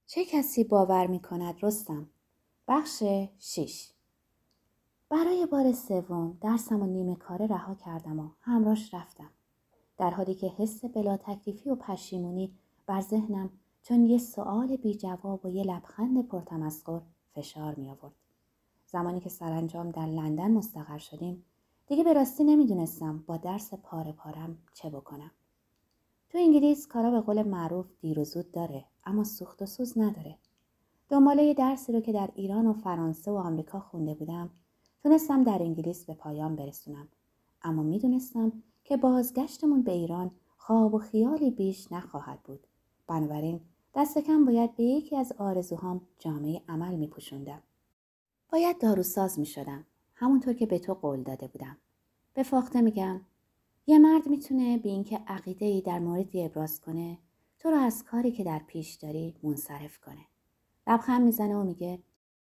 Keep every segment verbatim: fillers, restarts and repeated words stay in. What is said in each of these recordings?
چه کسی باور می کند رستم؟ بخش شش. برای بار سوم درسم و نیمه کاره رها کردم و همراش رفتم. در حالی که حس بلا تکلیفی و پشیمونی بر ذهنم چون یه سؤال بی جواب و یه لبخند پرتمسخر فشار می آورد. زمانی که سرانجام در لندن مستقر شدیم دیگه به راستی نمیدونستم با درس پاره پارم چه بکنم. تو انگلیس کارا به قول معروف دیر و زود داره اما سوخت و سوز نداره. دنباله یه درسی رو که در ایران و فرانسه و آمریکا خونده بودم تونستم در انگلیس به پایان برسونم، اما میدونستم که بازگشتمون به ایران خواب و خیالی بیش نخواهد بود. بنابراین دست کم باید به یکی از آرزوهام جامعه عمل میپوشوندم. باید داروساز میشدم، همونطور که به تو قول داده بودم. به فاخته میگم یه مرد میتونه بی اینکه عقیده‌ای در موردی ابراز کنه تو رو از کاری که در پیش داری منصرف کنه. لبخند میزنه و میگه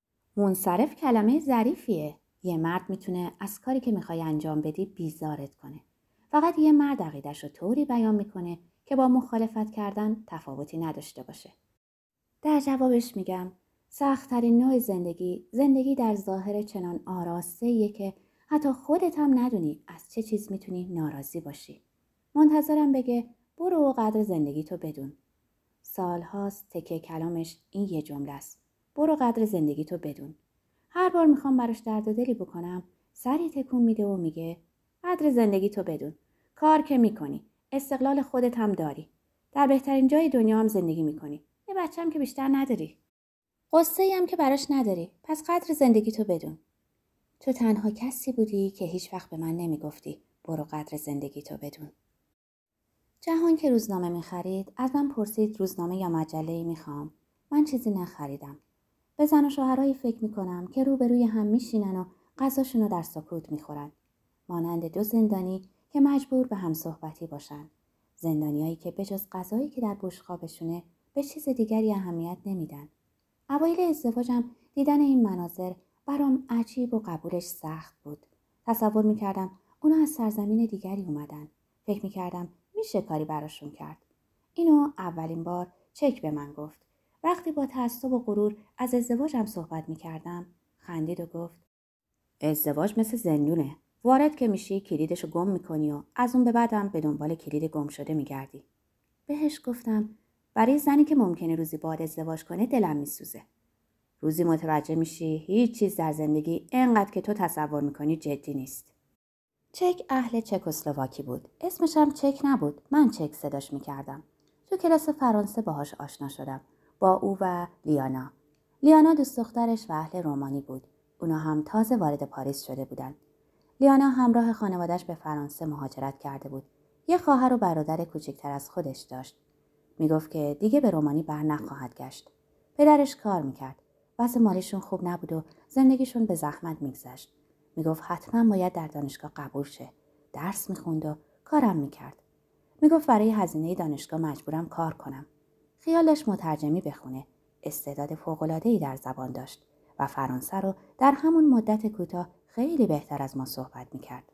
منصرف کلمه ظریفیه. یه مرد میتونه از کاری که میخوای انجام بدی بیزارت کنه. فقط یه مرد عقیده‌شو طوری بیان میکنه که با مخالفت کردن تفاوتی نداشته باشه. در جوابش میگم سخت‌ترین نوع زندگی زندگی در ظاهر چنان آراسته‌ایه که حتی خودت هم ندونی از چه چیز میتونی ناراضی باشی. منتظرم بگه برو و قدر زندگی تو بدون. سالهاست تکه کلامش این یه جمله است. برو قدر زندگی تو بدون. هر بار میخوام براش درد و دلی بکنم سری تکون میده و میگه قدر زندگی تو بدون. کار که میکنی. استقلال خودت هم داری. در بهترین جای دنیا هم زندگی میکنی. یه بچه هم که بیشتر نداری. قصه‌ای هم که براش نداری. پس قدر زندگی تو بدون. تو تنها کسی بودی که هیچ وقت به من نمیگفتی برو قدر زندگی تو بدون. جهان که روزنامه می‌خرید از من پرسید روزنامه یا مجله‌ای می‌خوام. من چیزی نخریدم. به زن و شوهرایی فکر می‌کنم که روبروی هم میشینن و غذاشون رو در سکوت می‌خورن. مانند دو زندانی که مجبور به هم صحبتی باشن. زندانیایی که بجز غذایی که در بشقابشونه به چیز دیگری اهمیت نمیدن. اوایل ازدواجم دیدن این مناظر برام عجیب و قبولش سخت بود. تصور می‌کردم اونا از سرزمین دیگری اومدن. فکر می‌کردم میشه کاری براشون کرد. اینو اولین بار چک به من گفت. وقتی با تعصب و غرور از ازدواجم صحبت می‌کردم، خندید و گفت ازدواج مثل زندونه. وارد که میشی کلیدشو گم می‌کنی و از اون به بعدم به دنبال کلید گم شده می‌گردی. بهش گفتم برای زنی که ممکنه روزی باهات ازدواج کنه دلم میسوزه. روزی متوجه میشی هیچ چیز در زندگی اینقدر که تو تصور می‌کنی جدی نیست. چک اهل چکسلواکی بود. اسمش هم چک نبود. من چک صداش میکردم. تو کلاس فرانسه باهاش آشنا شدم. با او و لیانا. لیانا دوست دخترش و اهل رومانی بود. اونا هم تازه وارد پاریس شده بودن. لیانا همراه خانوادش به فرانسه مهاجرت کرده بود. یه خواهر و برادر کوچکتر از خودش داشت. میگفت که دیگه به رومانی بر نخواهد گشت. پدرش کار میکرد. وضع مالیشون خوب نبود و زندگیشون به زحمت میگذشت. میگفت حتما باید در دانشگاه قبول شه. درس میخوند و کارم میکرد. میگفت برای هزینه دانشگاه مجبورم کار کنم. خیالش مترجمی بخونه. استعداد فوق‌العاده‌ای در زبان داشت و فرانسه رو در همون مدت کوتاه خیلی بهتر از ما صحبت میکرد.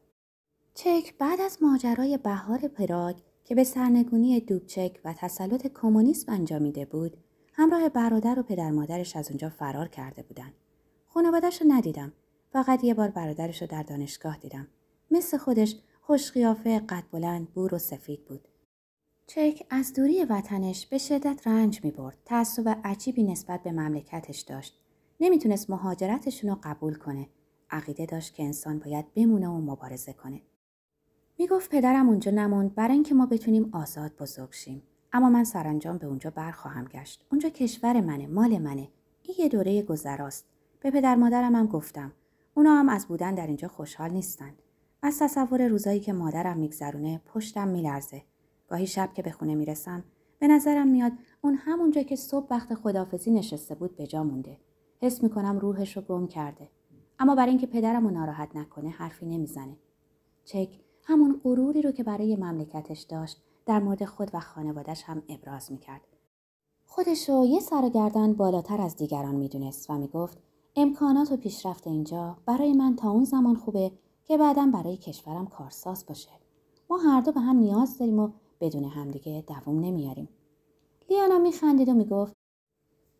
چک بعد از ماجرای بهار پراگ که به سرنگونی دوبچک و تسلط کمونیسم انجامیده بود، همراه برادر و پدر مادرش از اونجا فرار کرده بودن. خانواده‌اش رو ندیدم. فقط یه بار برادرش رو در دانشگاه دیدم. مثل خودش خوش قیافه، قد بلند، بور و سفید بود. چک از دوری وطنش به شدت رنج می برد. تعصب عجیبی نسبت به مملکتش داشت. نمیتونست مهاجرتشون رو قبول کنه. عقیده داشت که انسان باید بمونه و مبارزه کنه. میگفت پدرم اونجا نموند برای اینکه ما بتونیم آزاد بزرگ شیم. اما من سرانجام به اونجا برخواهم گشت. اونجا کشور منه، مال منه. این یه دوره گذراست. به پدر مادرم هم گفتم. اونا هم از بودن در اینجا خوشحال نیستن. از تصور روزایی که مادرم میگذرونه پشتم میلرزه. گاهی شب که به خونه میرسم به نظرم میاد اون همونجا که صبح وقت خداحافظی نشسته بود به جا مونده. حس میکنم روحش رو گم کرده. اما برای اینکه پدرمو ناراحت نکنه حرفی نمیزنه. چک همون غروری رو که برای مملکتش داشت در مورد خود و خانوادش هم ابراز میکرد. خودش رو یه سر و گردن بالاتر از دیگران میدونست و میگفت امکانات و پیشرفت اینجا برای من تا اون زمان خوبه که بعداً برای کشورم کارساز باشه. ما هر دو به هم نیاز داریم و بدون همدیگه دووم نمیاریم. لیانا میخندید و میگفت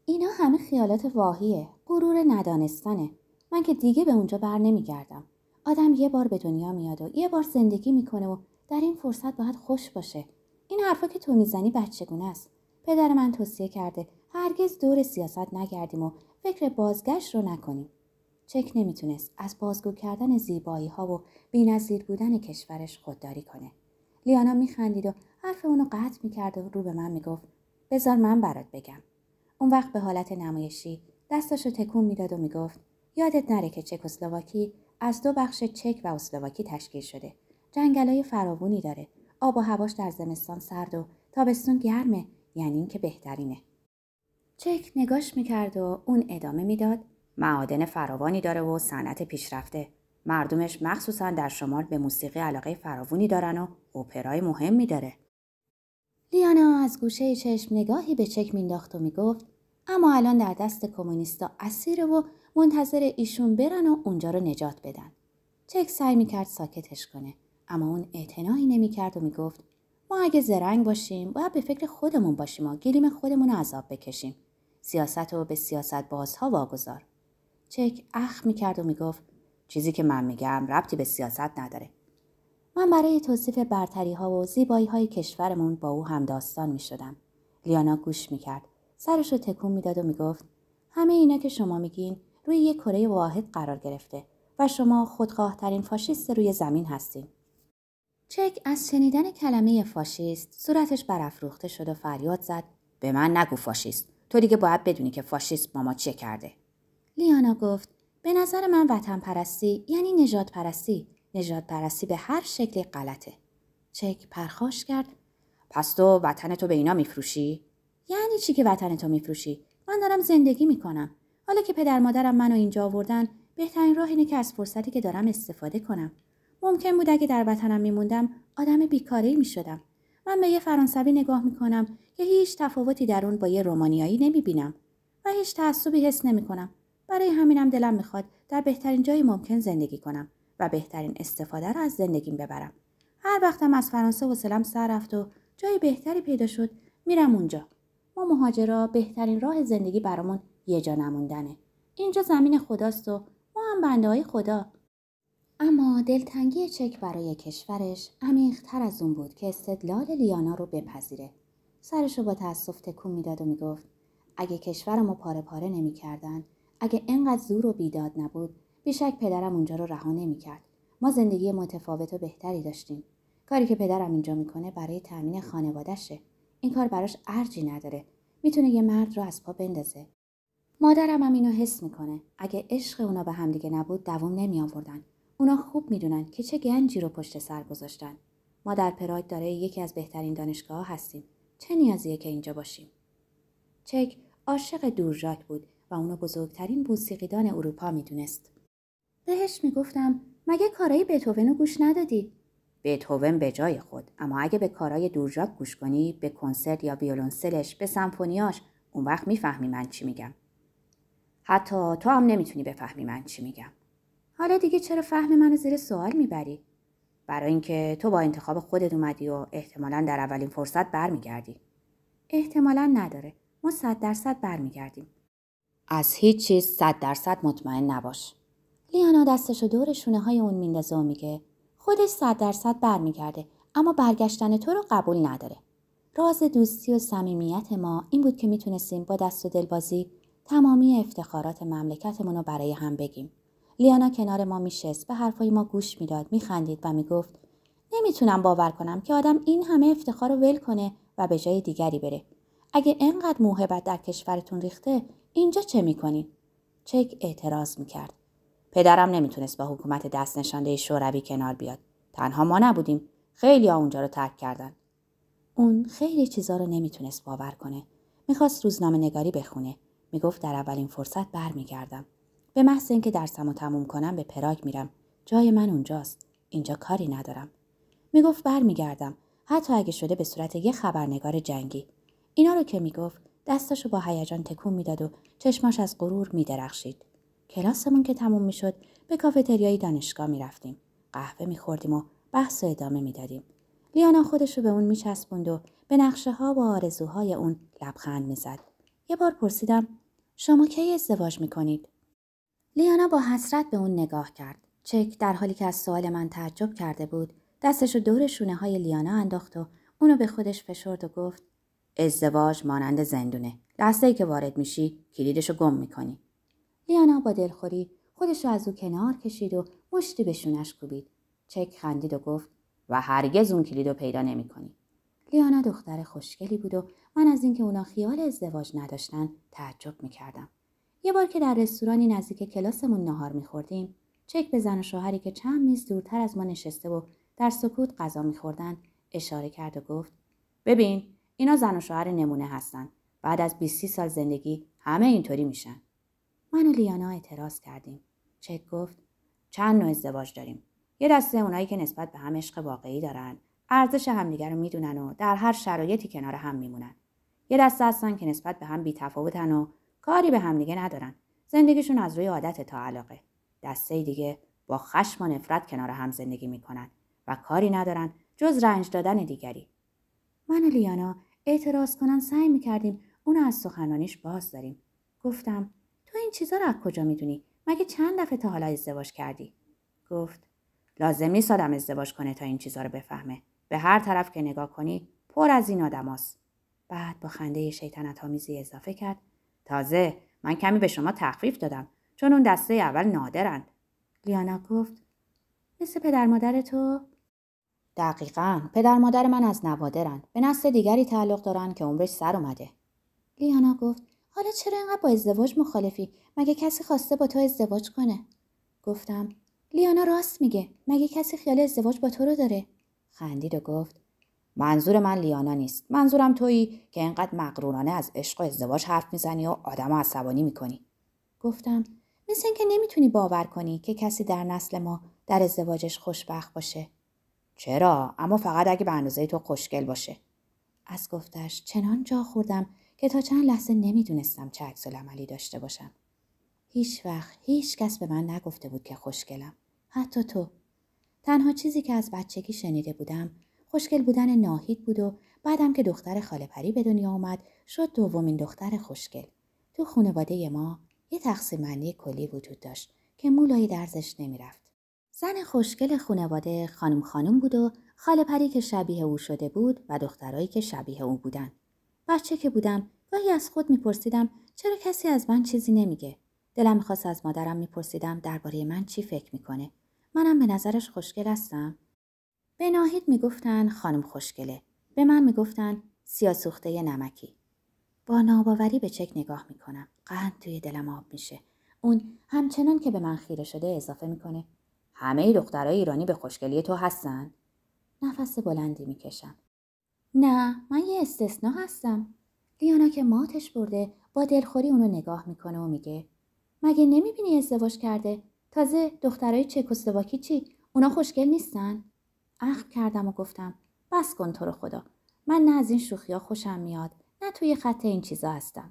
اینا همه خیالات واهیه، غرور ندانستنه. من که دیگه به اونجا بر نمیگردم. آدم یه بار به دنیا میاد و یه بار زندگی میکنه و در این فرصت باید خوش باشه. این حرفا که تو میزنی بچگونه است. پدر من توصیه کرده هرگز دور سیاست نگردیم و فکر بازگشت رو نکنیم. چک نمیتونست از بازگو کردن زیبایی ها و بی‌نظیر بودن کشورش خودداری کنه. لیانا میخندید و حرف اونو قطع میکرد و رو به من میگفت بذار من برات بگم. اون وقت به حالت نمایشی دستاشو تکون میداد و میگفت یادت نره که چکسلواکی از دو بخش چک و اسلواکی تشکیل شده. جنگلای فراوونی داره. آب و هواش در زمستان سرد و تابستون گرمه، یعنی این که بهترینه. چک نگاش میکرد و اون ادامه میداد معادن فراوانی داره و صنعت پیشرفته. مردمش مخصوصا در شمال به موسیقی علاقه فراوونی دارن و اپرای مهمی داره. لیانا از گوشه چشم نگاهی به چک مینداخت و میگفت اما الان در دست کمونیستا اسیره و منتظر ایشون برن و اونجا رو نجات بدن. چک سعی میکرد ساکتش کنه، اما اون اعتنایی نمیکرد و میگفت ما اگه زرنگ باشیم باید به فکر خودمون باشیم و گلیم خودمون رو عذاب بکشیم. سیاست رو به سیاست بازها واگذار. چک اخ میکرد و میگفت چیزی که من میگم ربطی به سیاست نداره. من برای توصیف برتری ها و زیبایی های کشورمون با او هم داستان می شدم. لیانا گوش می کرد. سرش رو تکون می داد و می گفت همه اینا که شما میگین روی یک کره واحد قرار گرفته و شما خودخواه ترین فاشیست روی زمین هستین. چک از شنیدن کلمه فاشیست صورتش برافروخته شد و فریاد زد به من نگو فاشیست. تو دیگه باید بدونی که فاشیست ماما چه کرده. لیانا گفت به نظر من وطن پرستی یعنی نژاد پرستی. نژاد پرستی به هر شکلی غلطه. چک پرخاش کرد. پس تو وطن تو به اینا میفروشی؟ یعنی چی که وطن تو میفروشی؟ من دارم زندگی میکنم. حالا که پدر مادرم منو اینجا آوردن، بهترین راه اینه که از فرصتی که دارم استفاده کنم. ممکن بود اگه در وطنم میموندم آدم بیکاری میشدم. من به یه فرانسوی نگاه میکنم که هیچ تفاوتی در اون با یه رومانیایی نمیبینم و هیچ تعصبی حس نمیکنم. برای همینم دلم میخواد در بهترین جای ممکن زندگی کنم و بهترین استفاده رو از زندگیم ببرم. هر وقتم از فرانسه حوصله‌ام سر رفت و جای بهتری پیدا شد میرم اونجا. ما مهاجرا بهترین راه زندگی برامون یه جا نموندنه. اینجا زمین خداست و ما هم بنده‌های خدا. اما دلتنگی چک برای کشورش عمیق‌تر از اون بود که استدلال لیانا رو بپذیره. سرش رو با تأسف تکون میداد و میگفت اگه کشورمو پاره پاره نمی‌کردن، اگه انقدر زور و بیداد نبود، بیشک پدرم اونجا رو رها نمی‌کرد. ما زندگی متفاوت و بهتری داشتیم. کاری که پدرم اینجا میکنه برای تامین خانواده‌شه. این کار براش ارجی نداره. میتونه یه مرد رو از پا بندازه. مادرم هم اینو حس میکنه. اگه عشق اونا به هم دیگه نبود دوام نمی آوردن. اونا خوب میدونن که چه گنجی رو پشت سر گذاشتن. ما در پراگ داره یکی از بهترین دانشگاه هستیم. چه نیازیه که اینجا باشیم؟ چک عاشق دورژاک بود و اونو بزرگترین موسیقیدان اروپا میدونست. بهش میگفتم مگه کارای بتهوون رو گوش ندادی؟ بتهوون به جای خود، اما اگه به کارای دورژاک گوش کنی، به کنسرت یا ویولنسلش، به سمفونیاش، اون وقت میفهمی من چی میگم. حتی تو هم نمیتونی بفهمی من چی میگم. حالا دیگه چرا فهم منو زیر سوال میبری؟ برای اینکه تو با انتخاب خودت اومدی و احتمالاً در اولین فرصت برمیگردی. احتمالاً نداره. ما صد درصد برمیگردیم. از هیچ چیز صد درصد مطمئن نباش. لیانا دستشو دور شونه های اون میندازه و میگه خودش صد درصد برمیگرده، اما برگشتن تو رو قبول نداره. راز دوستی و صمیمیت ما این بود که میتونستیم با دست و دلبازی تمامی افتخارات مملکتمون رو برای هم بگیم. لیانا کنار ما میشست، به حرفای ما گوش میداد، میخندید و میگفت نمیتونم باور کنم که آدم این همه افتخار رو ول کنه و به جای دیگری بره. اگه اینقدر موهبت در کشورتون ریخته، اینجا چه میکنین؟ چک اعتراض میکرد. پدرم نمیتونست با حکومت دست نشانده شوروی کنار بیاد. تنها ما نبودیم. خیلی ها اونجا رو ترک کردن. اون خیلی چیزا رو نمیتونست باور کنه. میخواست روزنامه نگاری بخونه. میگفت در اولین فرصت برمیگردم. به محض اینکه درسمو تموم کنم به پراگ میرم. جای من اونجاست. اینجا کاری ندارم. میگفت برمیگردم. حتی اگه شده به صورت یه خبرنگار جنگی. اینا رو که میگفت دستاشو با هیجان تکون میداد و چشماش از غرور میدرخشید. کلاسمون که تموم میشد به کافتریای دانشگاه میرفتیم. قهوه میخوردیم و بحث و ادامه میدادیم. لیانا خودش رو به اون میچسبوند و به نقشه ها و آرزوهای اون لبخند میزد. یه بار پرسیدم شما کی ازدواج میکنید؟ لیانا با حسرت به اون نگاه کرد. چک در حالی که از سوال من تعجب کرده بود دستشو دور شونه های لیانا انداخت و اونو به خودش فشرد و گفت ازدواج مانند زندونه. لحظه‌ای که وارد میشی کلیدشو گم میکنی. لیانا با دلخوری خودشو از او کنار کشید و مشتی به شونش کوبید. چک خندید و گفت و هرگز اون کلیدو پیدا نمیکنی. لیانا دختر خوشگلی بود و من از اینکه اونا خیال ازدواج نداشتن تعجب میکردم. یه بار که در رستورانی نزدیک کلاسمون ناهار میخوردیم، چک به زن و شوهری که چند میز دورتر از ما نشسته و در سکوت غذا میخوردن اشاره کرد و گفت ببین اینا زن و شوهر نمونه هستن. بعد از بیست سال زندگی همه اینطوری میشن. من و لیانا اعتراض کردیم. چک گفت چند نوع ازدواج داریم. یه دسته اونایی که نسبت به هم عشق واقعی دارن، ارزش همدیگر رو میدونن و در هر شرایطی کنار هم میمونن. یه دسته هستن که نسبت به هم بی‌تفاوتن و کاری به همدیگه ندارن. زندگیشون از روی عادت تا علاقه. دسته دیگه با خشم و نفرت کنار هم زندگی میکنن و کاری ندارن جز رنج دادن دیگری. من و لیانا اعتراض کنان سعی میکردیم اونو از سخنرانیش باز داریم. گفتم تو این چیزا رو از کجا میدونی؟ مگه چند دفعه تا حالا ازدواج کردی؟ گفت لازم نیست آدم ازدواج کنه تا این چیزا رو بفهمه. به هر طرف که نگاه کنی پر از این آدماست. بعد با خنده شیطنت آمیزی اضافه کرد تازه من کمی به شما تخفیف دادم چون اون دسته اول نادرند. لیانا گفت مثل پدر مادر تو؟ دقیقاً پدر مادر من از نوادرن. به نسل دیگری تعلق دارن که عمرش سر اومده. لیانا گفت حالا چرا اینقدر با ازدواج مخالفی؟ مگه کسی خواسته با تو ازدواج کنه؟ گفتم لیانا راست میگه. مگه کسی خیال ازدواج با تو رو داره؟ خندید و گفت منظور من لیانا نیست. منظورم تویی که اینقدر مغرورانه از عشق و ازدواج حرف میزنی و آدمو عصبانی میکنی. گفتم مثل اینکه نمیتونی باور کنی که کسی در نسل ما در ازدواجش خوشبخت باشه. چرا؟ اما فقط اگه به اندازه تو خوشگل باشه. از گفتش چنان جا خوردم که تا چند لحظه نمیدونستم چه عکس‌العملی داشته باشم. هیچ وقت هیچ کس به من نگفته بود که خوشگلم. حتی تو. تنها چیزی که از بچگی شنیده بودم خوشگل بودن ناهید بود و بعدم که دختر خاله پری به دنیا اومد شد دومین دختر خوشگل. تو خانواده ما یه تقسیم بندی کلی وجود داشت که مولایی درزش نمیرفت. زن خوشگل خانواده خانم خانم بود و خاله پری که شبیه او شده بود و دخترایی که شبیه او بودن. بچه که بودم گاهی از خود میپرسیدم چرا کسی از من چیزی نمیگه. دلم میخواست از مادرم میپرسیدم درباره من چی فکر میکنه. منم به نظرش خوشگل هستم. به ناهید میگفتن خانم خوشگله. به من میگفتن سیاه‌سوخته نمکی. با ناباوری به چک نگاه میکنم. قند توی دلم آب میشه. اون همچنان که به من خیره شده اضافه میکنه همه دخترای ایرانی به خوشگلی تو هستن؟ نفس بلندی میکشم. نه، من یه استثنا هستم. لیانا که ماتش برده با دلخوری اونو نگاه میکنه و میگه مگه نمیبینی ازدواج کرده؟ تازه دخترای چکسلواکی چی؟ اونا خوشگل نیستن؟ اخم کردم و گفتم بس کن تو رو خدا. من نه از این شوخیا خوشم میاد نه توی خط این چیزا هستم.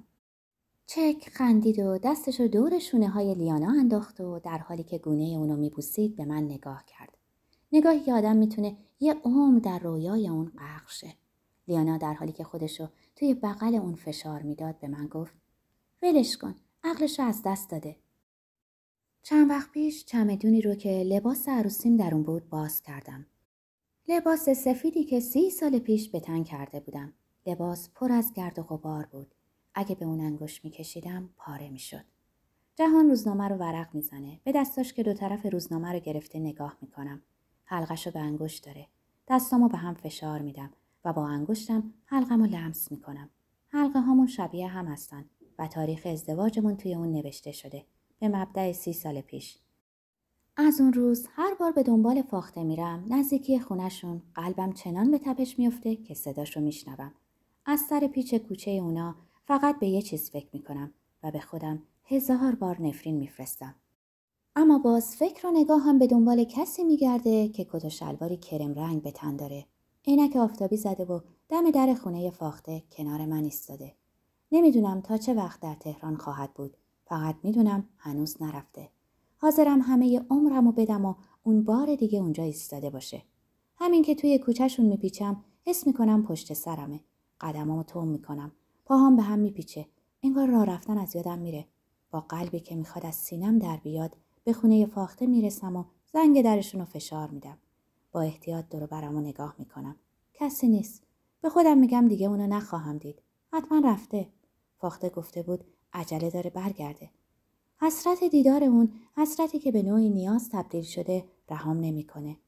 چک خندید و دستشو دور شونه های لیانا انداخت و در حالی که گونه اونو میبوسید به من نگاه کرد. نگاهی که آدم میتونه یه عمر در رویای اون غرق شه. لیانا در حالی که خودشو توی بغل اون فشار میداد به من گفت ولش کن، عقلشو از دست داده. چند وقت پیش چمدونی رو که لباس عروسیم در اون بود باز کردم. لباس سفیدی که سی سال پیش به تن کرده بودم. لباس پر از گرد و غبار بود. اگه به اون انگشت میکشیدم پاره میشد. جهان روزنامه رو ورق میزنه. به دستاش که دو طرف روزنامه رو گرفته نگاه میکنم. حلقشو به انگشت داره. دستامو به هم فشار میدم و با انگشتم حلقمو لمس میکنم. حلقه هامون شبیه هم هستن و تاریخ ازدواجمون توی اون نوشته شده. به مبدأ سی سال پیش. از اون روز هر بار به دنبال فاخته میرم نزدیکی خونشون قلبم چنان به تپش میفته که صداشو میشنوم. از سر پیچ کوچه اونا فقط به یه چیز فکر میکنم و به خودم هزار بار نفرین میفرستم. اما باز فکر و نگاه هم به دنبال کسی میگرده که کت و شلواری کرم رنگ به تن داره. عینک آفتابی زده و دم در خونه فاخته کنار من ایستاده. نمیدونم تا چه وقت در تهران خواهد بود. فقط میدونم هنوز نرفته. حاضرم همه عمرمو بدم و اون بار دیگه اونجا ایستاده باشه. همین که توی کوچه‌شون میپیچم حس میکنم پشت سرمه. قدمامو تون میکنم. پاهام به هم میپیچه. انگار راه رفتن از یادم میره. با قلبی که میخواد از سینم در بیاد به خونه فاخته میرسم و زنگ درشون رو فشار میدم. با احتیاط دور و برمو نگاه میکنم. کسی نیست. به خودم میگم دیگه اونو نخواهم دید. حتما رفته. فاخته گفته بود عجله داره برگرده. حسرت دیدار اون، حسرتی که به نوعی نیاز تبدیل شده، رهام نمیکنه.